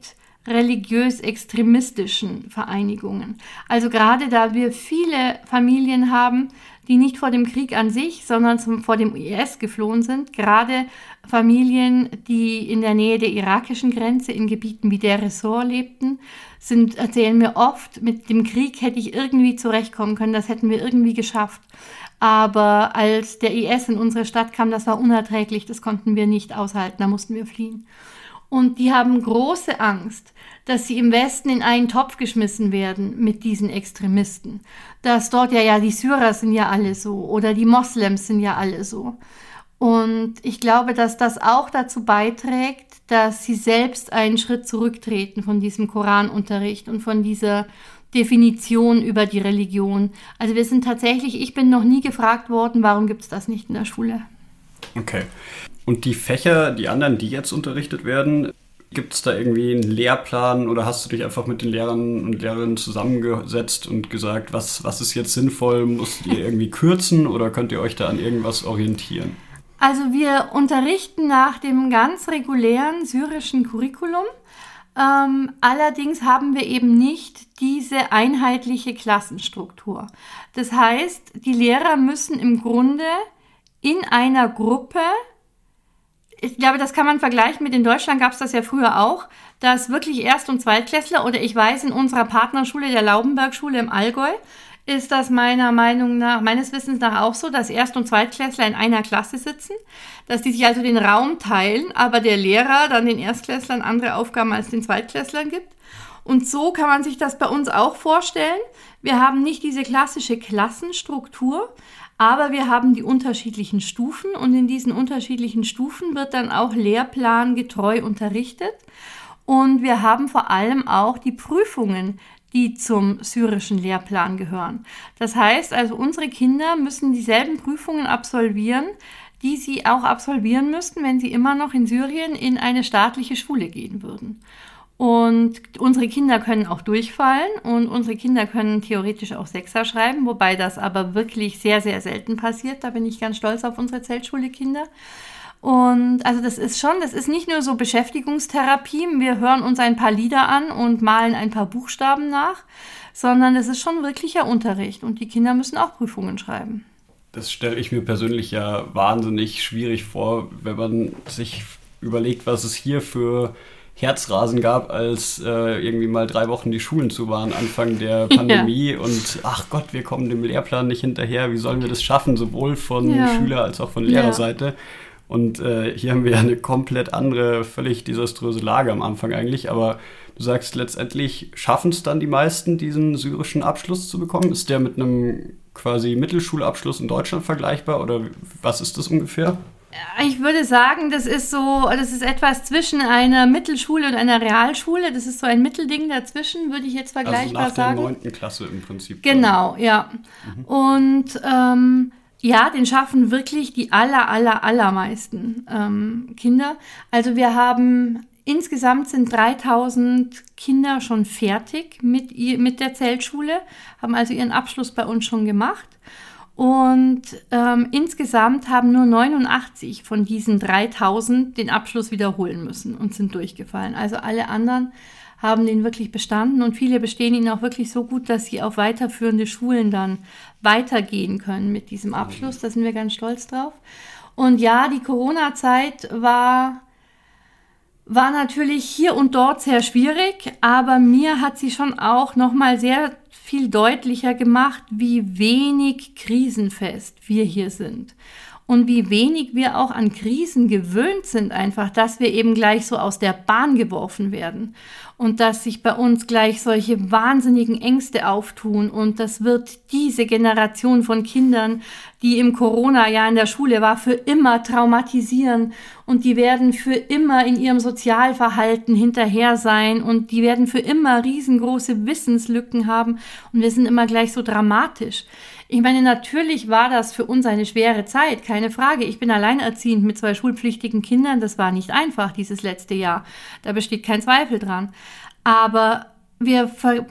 religiös-extremistischen Vereinigungen. Also gerade da wir viele Familien haben, die nicht vor dem Krieg an sich, sondern vor dem IS geflohen sind, gerade Familien, die in der Nähe der irakischen Grenze in Gebieten wie der Ressort lebten, erzählen mir oft, mit dem Krieg hätte ich irgendwie zurechtkommen können, das hätten wir irgendwie geschafft. Aber als der IS in unsere Stadt kam, das war unerträglich, das konnten wir nicht aushalten, da mussten wir fliehen. Und die haben große Angst, dass sie im Westen in einen Topf geschmissen werden mit diesen Extremisten. Dass dort ja die Syrer sind ja alle so oder die Moslems sind ja alle so. Und ich glaube, dass das auch dazu beiträgt, dass sie selbst einen Schritt zurücktreten von diesem Koranunterricht und von dieser Definition über die Religion. Also ich bin noch nie gefragt worden, warum gibt es das nicht in der Schule? Okay. Und die Fächer, die anderen, die jetzt unterrichtet werden, gibt es da irgendwie einen Lehrplan oder hast du dich einfach mit den Lehrern und Lehrerinnen zusammengesetzt und gesagt, was ist jetzt sinnvoll, musst ihr irgendwie kürzen oder könnt ihr euch da an irgendwas orientieren? Also wir unterrichten nach dem ganz regulären syrischen Curriculum. Allerdings haben wir eben nicht diese einheitliche Klassenstruktur. Das heißt, die Lehrer müssen im Grunde in einer Gruppe, ich glaube, das kann man vergleichen mit in Deutschland, gab es das ja früher auch, dass wirklich Erst- und Zweitklässler, oder ich weiß, in unserer Partnerschule, der Laubenberg-Schule im Allgäu, ist das meines Wissens nach auch so, dass Erst- und Zweitklässler in einer Klasse sitzen, dass die sich also den Raum teilen, aber der Lehrer dann den Erstklässlern andere Aufgaben als den Zweitklässlern gibt. Und so kann man sich das bei uns auch vorstellen. Wir haben nicht diese klassische Klassenstruktur, aber wir haben die unterschiedlichen Stufen und in diesen unterschiedlichen Stufen wird dann auch lehrplangetreu unterrichtet. Und wir haben vor allem auch die Prüfungen, die zum syrischen Lehrplan gehören. Das heißt also, unsere Kinder müssen dieselben Prüfungen absolvieren, die sie auch absolvieren müssten, wenn sie immer noch in Syrien in eine staatliche Schule gehen würden. Und unsere Kinder können auch durchfallen und unsere Kinder können theoretisch auch Sechser schreiben, wobei das aber wirklich sehr, sehr selten passiert. Da bin ich ganz stolz auf unsere Zeltschule-Kinder. Und also das ist nicht nur so Beschäftigungstherapie, wir hören uns ein paar Lieder an und malen ein paar Buchstaben nach, sondern das ist schon wirklicher Unterricht und die Kinder müssen auch Prüfungen schreiben. Das stelle ich mir persönlich ja wahnsinnig schwierig vor, wenn man sich überlegt, was es hier für Herzrasen gab, als irgendwie mal 3 Wochen die Schulen zu waren, Anfang der Pandemie. Ja. Und ach Gott, wir kommen dem Lehrplan nicht hinterher, wie sollen wir das schaffen, sowohl von Schüler- als auch von Lehrerseite. Ja. Und hier haben wir ja eine komplett andere, völlig desaströse Lage am Anfang eigentlich. Aber du sagst, letztendlich schaffen es dann die meisten, diesen syrischen Abschluss zu bekommen? Ist der mit einem quasi Mittelschulabschluss in Deutschland vergleichbar oder was ist das ungefähr? Ich würde sagen, das ist etwas zwischen einer Mittelschule und einer Realschule. Das ist so ein Mittelding dazwischen, würde ich jetzt vergleichbar sagen. Also nach der 9. Klasse im Prinzip. Genau, ja. Mhm. Und Ja, den schaffen wirklich die allermeisten Kinder. Also wir haben, insgesamt sind 3000 Kinder schon fertig mit der Zeltschule, haben also ihren Abschluss bei uns schon gemacht. Und insgesamt haben nur 89 von diesen 3000 den Abschluss wiederholen müssen und sind durchgefallen. Also alle anderen haben den wirklich bestanden und viele bestehen ihn auch wirklich so gut, dass sie auf weiterführende Schulen dann weitergehen können mit diesem Abschluss. Da sind wir ganz stolz drauf. Und ja, die Corona-Zeit war natürlich hier und dort sehr schwierig, aber mir hat sie schon auch nochmal sehr viel deutlicher gemacht, wie wenig krisenfest wir hier sind. Und wie wenig wir auch an Krisen gewöhnt sind einfach, dass wir eben gleich so aus der Bahn geworfen werden und dass sich bei uns gleich solche wahnsinnigen Ängste auftun und das wird diese Generation von Kindern, die im Corona-Jahr in der Schule war, für immer traumatisieren und die werden für immer in ihrem Sozialverhalten hinterher sein und die werden für immer riesengroße Wissenslücken haben und wir sind immer gleich so dramatisch. Ich meine, natürlich war das für uns eine schwere Zeit, keine Frage. Ich bin alleinerziehend mit 2 schulpflichtigen Kindern. Das war nicht einfach, dieses letzte Jahr. Da besteht kein Zweifel dran. Aber wir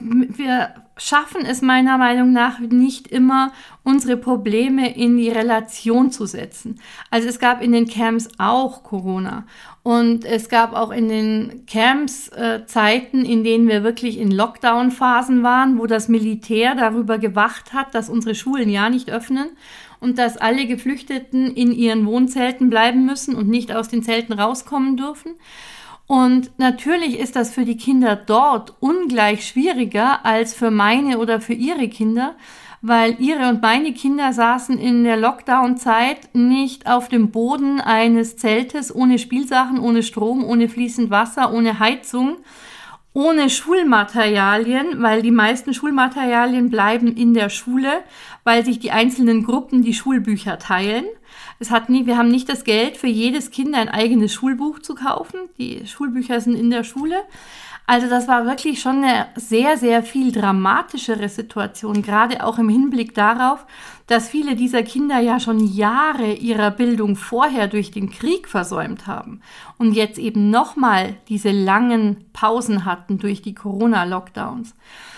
schaffen es meiner Meinung nach nicht immer, unsere Probleme in die Relation zu setzen. Also es gab in den Camps auch Corona und es gab auch in den Camps Zeiten, in denen wir wirklich in Lockdown-Phasen waren, wo das Militär darüber gewacht hat, dass unsere Schulen ja nicht öffnen und dass alle Geflüchteten in ihren Wohnzelten bleiben müssen und nicht aus den Zelten rauskommen dürfen. Und natürlich ist das für die Kinder dort ungleich schwieriger als für meine oder für ihre Kinder, weil ihre und meine Kinder saßen in der Lockdown-Zeit nicht auf dem Boden eines Zeltes ohne Spielsachen, ohne Strom, ohne fließend Wasser, ohne Heizung, ohne Schulmaterialien, weil die meisten Schulmaterialien bleiben in der Schule, weil sich die einzelnen Gruppen die Schulbücher teilen. Wir haben nicht das Geld, für jedes Kind ein eigenes Schulbuch zu kaufen. Die Schulbücher sind in der Schule. Also das war wirklich schon eine sehr, sehr viel dramatischere Situation, gerade auch im Hinblick darauf, dass viele dieser Kinder ja schon Jahre ihrer Bildung vorher durch den Krieg versäumt haben und jetzt eben nochmal diese langen Pausen hatten durch die Corona-Lockdowns.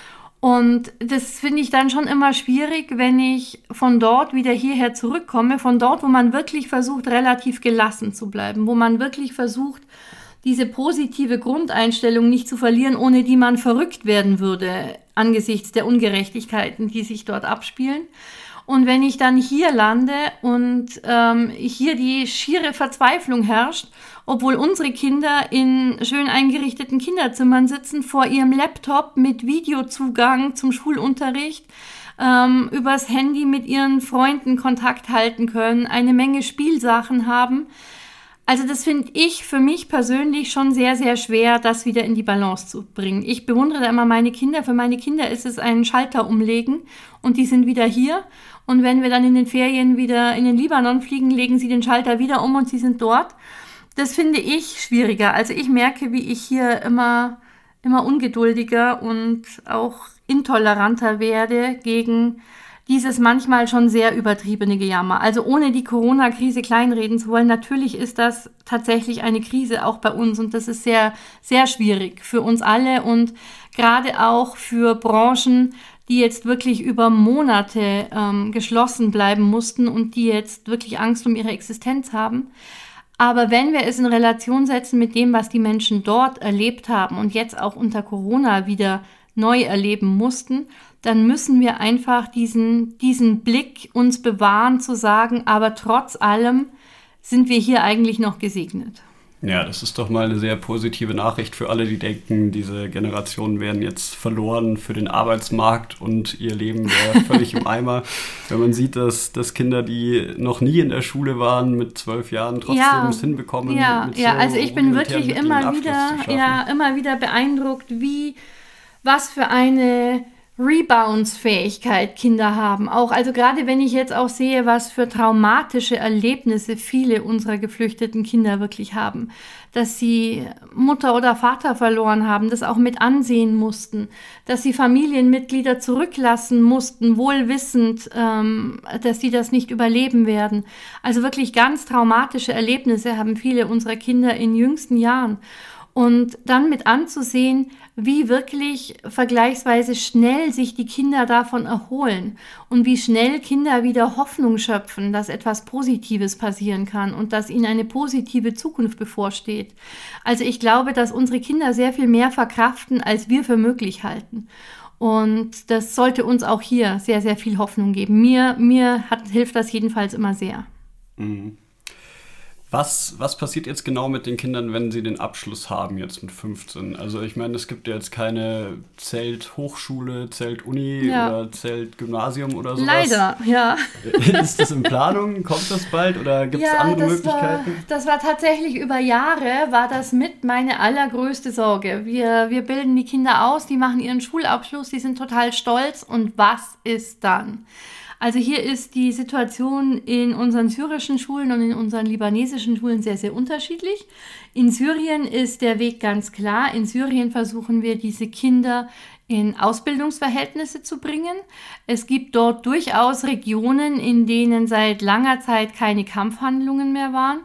Und das finde ich dann schon immer schwierig, wenn ich von dort wieder hierher zurückkomme, von dort, wo man wirklich versucht, relativ gelassen zu bleiben, wo man wirklich versucht, diese positive Grundeinstellung nicht zu verlieren, ohne die man verrückt werden würde angesichts der Ungerechtigkeiten, die sich dort abspielen. Und wenn ich dann hier lande und hier die schiere Verzweiflung herrscht, obwohl unsere Kinder in schön eingerichteten Kinderzimmern sitzen, vor ihrem Laptop mit Videozugang zum Schulunterricht, übers Handy mit ihren Freunden Kontakt halten können, eine Menge Spielsachen haben. Also das finde ich für mich persönlich schon sehr, sehr schwer, das wieder in die Balance zu bringen. Ich bewundere da immer meine Kinder. Für meine Kinder ist es ein Schalter umlegen und die sind wieder hier. Und wenn wir dann in den Ferien wieder in den Libanon fliegen, legen sie den Schalter wieder um und sie sind dort. Das finde ich schwieriger. Also ich merke, wie ich hier immer ungeduldiger und auch intoleranter werde gegen dieses manchmal schon sehr übertriebene Gejammer. Also ohne die Corona-Krise kleinreden zu wollen, natürlich ist das tatsächlich eine Krise auch bei uns und das ist sehr, sehr schwierig für uns alle und gerade auch für Branchen, die jetzt wirklich über Monate geschlossen bleiben mussten und die jetzt wirklich Angst um ihre Existenz haben. Aber wenn wir es in Relation setzen mit dem, was die Menschen dort erlebt haben und jetzt auch unter Corona wieder neu erleben mussten, dann müssen wir einfach diesen Blick uns bewahren, zu sagen, aber trotz allem sind wir hier eigentlich noch gesegnet. Ja, das ist doch mal eine sehr positive Nachricht für alle, die denken, diese Generationen werden jetzt verloren für den Arbeitsmarkt und ihr Leben wäre völlig im Eimer. Wenn man sieht, dass Kinder, die noch nie in der Schule waren, mit 12 Jahren trotzdem es hinbekommen. Ja, also ich bin wirklich immer wieder beeindruckt, was für eine Rebounds-Fähigkeit Kinder haben. Auch, also gerade wenn ich jetzt auch sehe, was für traumatische Erlebnisse viele unserer geflüchteten Kinder wirklich haben, dass sie Mutter oder Vater verloren haben, das auch mit ansehen mussten, dass sie Familienmitglieder zurücklassen mussten, wohl wissend, dass sie das nicht überleben werden. Also wirklich ganz traumatische Erlebnisse haben viele unserer Kinder in jüngsten Jahren. Und dann mit anzusehen, wie wirklich vergleichsweise schnell sich die Kinder davon erholen und wie schnell Kinder wieder Hoffnung schöpfen, dass etwas Positives passieren kann und dass ihnen eine positive Zukunft bevorsteht. Also ich glaube, dass unsere Kinder sehr viel mehr verkraften, als wir für möglich halten. Und das sollte uns auch hier sehr, sehr viel Hoffnung geben. Mir hilft das jedenfalls immer sehr. Mhm. Was passiert jetzt genau mit den Kindern, wenn sie den Abschluss haben, jetzt mit 15? Also ich meine, es gibt ja jetzt keine Zelt-Hochschule, Zelt-Uni oder Zelt-Gymnasium oder sowas. Leider, ja. Ist das in Planung? Kommt das bald oder gibt es andere Möglichkeiten? Das war tatsächlich über Jahre, war das mit meine allergrößte Sorge. Wir bilden die Kinder aus, die machen ihren Schulabschluss, die sind total stolz und was ist dann? Also hier ist die Situation in unseren syrischen Schulen und in unseren libanesischen Schulen sehr, sehr unterschiedlich. In Syrien ist der Weg ganz klar. In Syrien versuchen wir, diese Kinder in Ausbildungsverhältnisse zu bringen. Es gibt dort durchaus Regionen, in denen seit langer Zeit keine Kampfhandlungen mehr waren,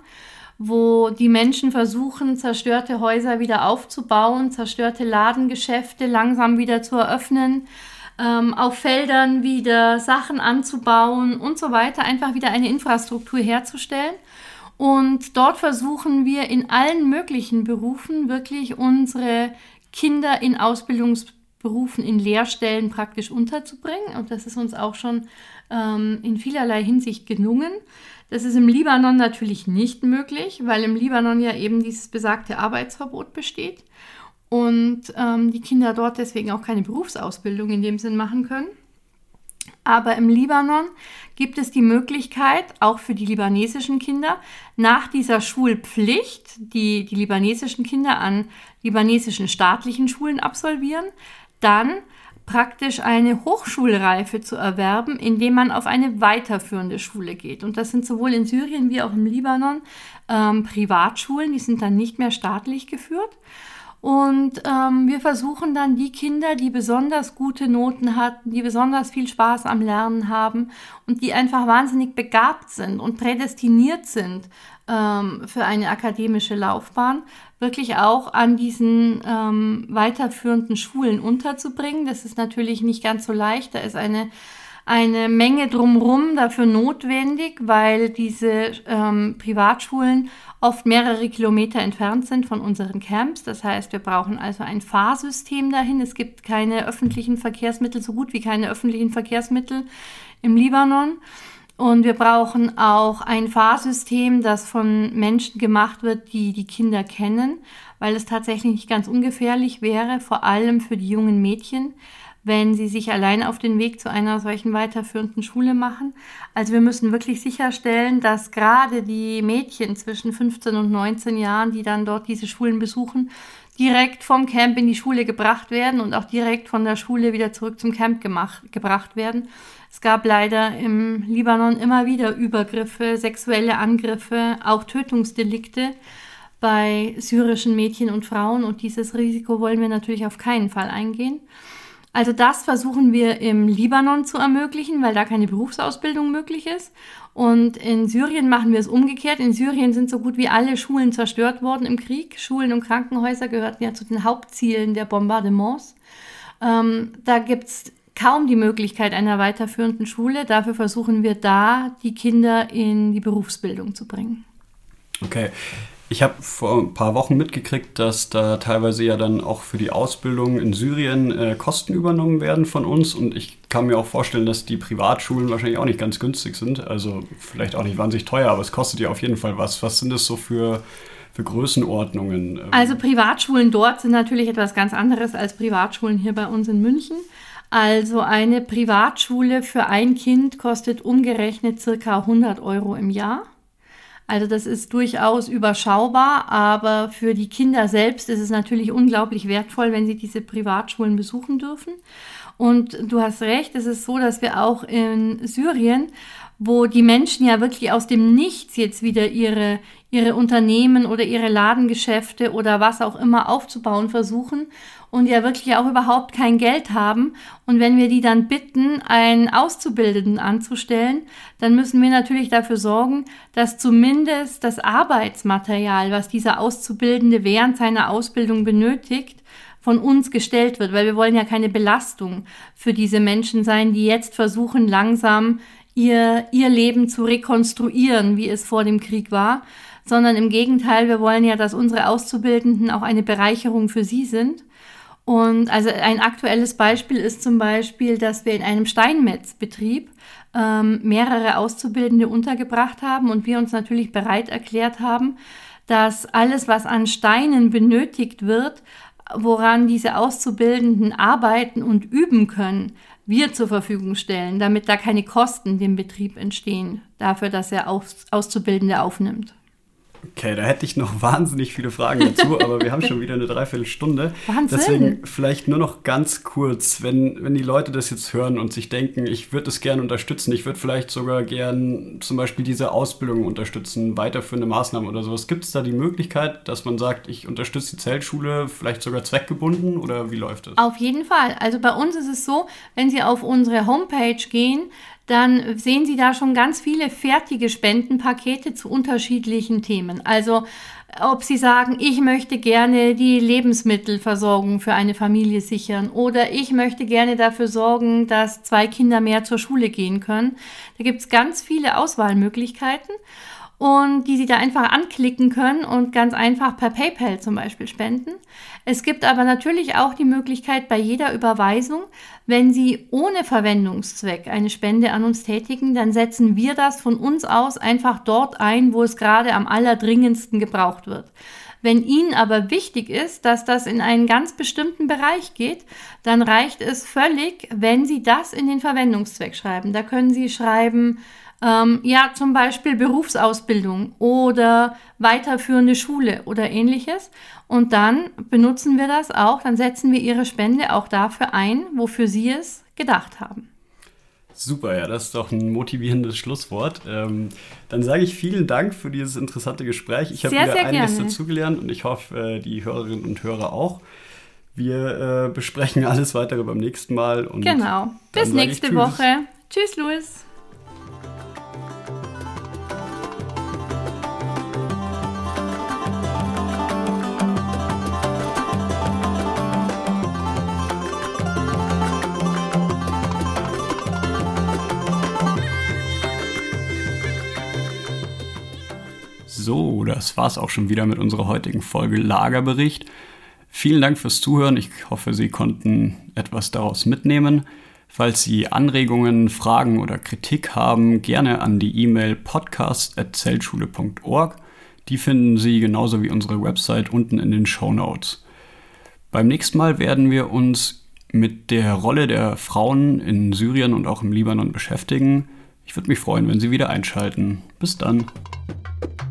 wo die Menschen versuchen, zerstörte Häuser wieder aufzubauen, zerstörte Ladengeschäfte langsam wieder zu eröffnen, auf Feldern wieder Sachen anzubauen und so weiter, einfach wieder eine Infrastruktur herzustellen. Und dort versuchen wir in allen möglichen Berufen wirklich unsere Kinder in Ausbildungsberufen, in Lehrstellen praktisch unterzubringen. Und das ist uns auch schon in vielerlei Hinsicht gelungen. Das ist im Libanon natürlich nicht möglich, weil im Libanon ja eben dieses besagte Arbeitsverbot besteht. Und die Kinder dort deswegen auch keine Berufsausbildung in dem Sinn machen können. Aber im Libanon gibt es die Möglichkeit, auch für die libanesischen Kinder, nach dieser Schulpflicht, die die libanesischen Kinder an libanesischen staatlichen Schulen absolvieren, dann praktisch eine Hochschulreife zu erwerben, indem man auf eine weiterführende Schule geht. Und das sind sowohl in Syrien wie auch im Libanon Privatschulen, die sind dann nicht mehr staatlich geführt. Und wir versuchen dann die Kinder, die besonders gute Noten hatten, die besonders viel Spaß am Lernen haben und die einfach wahnsinnig begabt sind und prädestiniert sind für eine akademische Laufbahn, wirklich auch an diesen weiterführenden Schulen unterzubringen. Das ist natürlich nicht ganz so leicht. Da ist eine Menge drumherum dafür notwendig, weil diese Privatschulen oft mehrere Kilometer entfernt sind von unseren Camps. Das heißt, wir brauchen also ein Fahrsystem dahin. Es gibt keine öffentlichen Verkehrsmittel, so gut wie keine öffentlichen Verkehrsmittel im Libanon. Und wir brauchen auch ein Fahrsystem, das von Menschen gemacht wird, die die Kinder kennen, weil es tatsächlich nicht ganz ungefährlich wäre, vor allem für die jungen Mädchen, wenn sie sich allein auf den Weg zu einer solchen weiterführenden Schule machen. Also wir müssen wirklich sicherstellen, dass gerade die Mädchen zwischen 15 und 19 Jahren, die dann dort diese Schulen besuchen, direkt vom Camp in die Schule gebracht werden und auch direkt von der Schule wieder zurück zum Camp gebracht werden. Es gab leider im Libanon immer wieder Übergriffe, sexuelle Angriffe, auch Tötungsdelikte bei syrischen Mädchen und Frauen und dieses Risiko wollen wir natürlich auf keinen Fall eingehen. Also das versuchen wir im Libanon zu ermöglichen, weil da keine Berufsausbildung möglich ist. Und in Syrien machen wir es umgekehrt. In Syrien sind so gut wie alle Schulen zerstört worden im Krieg. Schulen und Krankenhäuser gehörten ja zu den Hauptzielen der Bombardements. Da gibt es kaum die Möglichkeit einer weiterführenden Schule. Dafür versuchen wir da, die Kinder in die Berufsbildung zu bringen. Okay. Ich habe vor ein paar Wochen mitgekriegt, dass da teilweise ja dann auch für die Ausbildung in Syrien Kosten übernommen werden von uns. Und ich kann mir auch vorstellen, dass die Privatschulen wahrscheinlich auch nicht ganz günstig sind. Also vielleicht auch nicht wahnsinnig teuer, aber es kostet ja auf jeden Fall was. Was sind das so für Größenordnungen? Also Privatschulen dort sind natürlich etwas ganz anderes als Privatschulen hier bei uns in München. Also eine Privatschule für ein Kind kostet umgerechnet ca. 100 € im Jahr. Also das ist durchaus überschaubar, aber für die Kinder selbst ist es natürlich unglaublich wertvoll, wenn sie diese Privatschulen besuchen dürfen. Und du hast recht, es ist so, dass wir auch in Syrien, wo die Menschen ja wirklich aus dem Nichts jetzt wieder ihre Unternehmen oder ihre Ladengeschäfte oder was auch immer aufzubauen versuchen und ja wirklich auch überhaupt kein Geld haben. Und wenn wir die dann bitten, einen Auszubildenden anzustellen, dann müssen wir natürlich dafür sorgen, dass zumindest das Arbeitsmaterial, was dieser Auszubildende während seiner Ausbildung benötigt, von uns gestellt wird, weil wir wollen ja keine Belastung für diese Menschen sein, die jetzt versuchen, langsam ihr Leben zu rekonstruieren, wie es vor dem Krieg war, sondern im Gegenteil, wir wollen ja, dass unsere Auszubildenden auch eine Bereicherung für sie sind. Und also ein aktuelles Beispiel ist zum Beispiel, dass wir in einem Steinmetzbetrieb mehrere Auszubildende untergebracht haben und wir uns natürlich bereit erklärt haben, dass alles, was an Steinen benötigt wird, woran diese Auszubildenden arbeiten und üben können, wir zur Verfügung stellen, damit da keine Kosten dem Betrieb entstehen, dafür, dass er Auszubildende aufnimmt. Okay, da hätte ich noch wahnsinnig viele Fragen dazu, aber wir haben schon wieder eine Dreiviertelstunde. Wahnsinn. Deswegen vielleicht nur noch ganz kurz, wenn die Leute das jetzt hören und sich denken, ich würde es gerne unterstützen, ich würde vielleicht sogar gern zum Beispiel diese Ausbildung unterstützen, weiterführende Maßnahmen oder sowas. Gibt es da die Möglichkeit, dass man sagt, ich unterstütze die Zeltschule, vielleicht sogar zweckgebunden oder wie läuft das? Auf jeden Fall. Also bei uns ist es so, wenn Sie auf unsere Homepage gehen, dann sehen Sie da schon ganz viele fertige Spendenpakete zu unterschiedlichen Themen. Also ob Sie sagen, ich möchte gerne die Lebensmittelversorgung für eine Familie sichern oder ich möchte gerne dafür sorgen, dass 2 Kinder mehr zur Schule gehen können. Da gibt es ganz viele Auswahlmöglichkeiten und die Sie da einfach anklicken können und ganz einfach per PayPal zum Beispiel spenden. Es gibt aber natürlich auch die Möglichkeit bei jeder Überweisung, wenn Sie ohne Verwendungszweck eine Spende an uns tätigen, dann setzen wir das von uns aus einfach dort ein, wo es gerade am allerdringendsten gebraucht wird. Wenn Ihnen aber wichtig ist, dass das in einen ganz bestimmten Bereich geht, dann reicht es völlig, wenn Sie das in den Verwendungszweck schreiben. Da können Sie schreiben, zum Beispiel Berufsausbildung oder weiterführende Schule oder ähnliches. Und dann benutzen wir das auch, dann setzen wir Ihre Spende auch dafür ein, wofür Sie es gedacht haben. Super, ja, das ist doch ein motivierendes Schlusswort. Dann sage ich vielen Dank für dieses interessante Gespräch. Ich habe wieder einiges dazugelernt und ich hoffe, die Hörerinnen und Hörer auch. Wir besprechen alles weitere beim nächsten Mal. Und genau, bis nächste Woche. Tschüss, Louis. So, das war's auch schon wieder mit unserer heutigen Folge Lagerbericht. Vielen Dank fürs Zuhören. Ich hoffe, Sie konnten etwas daraus mitnehmen. Falls Sie Anregungen, Fragen oder Kritik haben, gerne an die E-Mail podcast@zeltschule.org. Die finden Sie genauso wie unsere Website unten in den Shownotes. Beim nächsten Mal werden wir uns mit der Rolle der Frauen in Syrien und auch im Libanon beschäftigen. Ich würde mich freuen, wenn Sie wieder einschalten. Bis dann.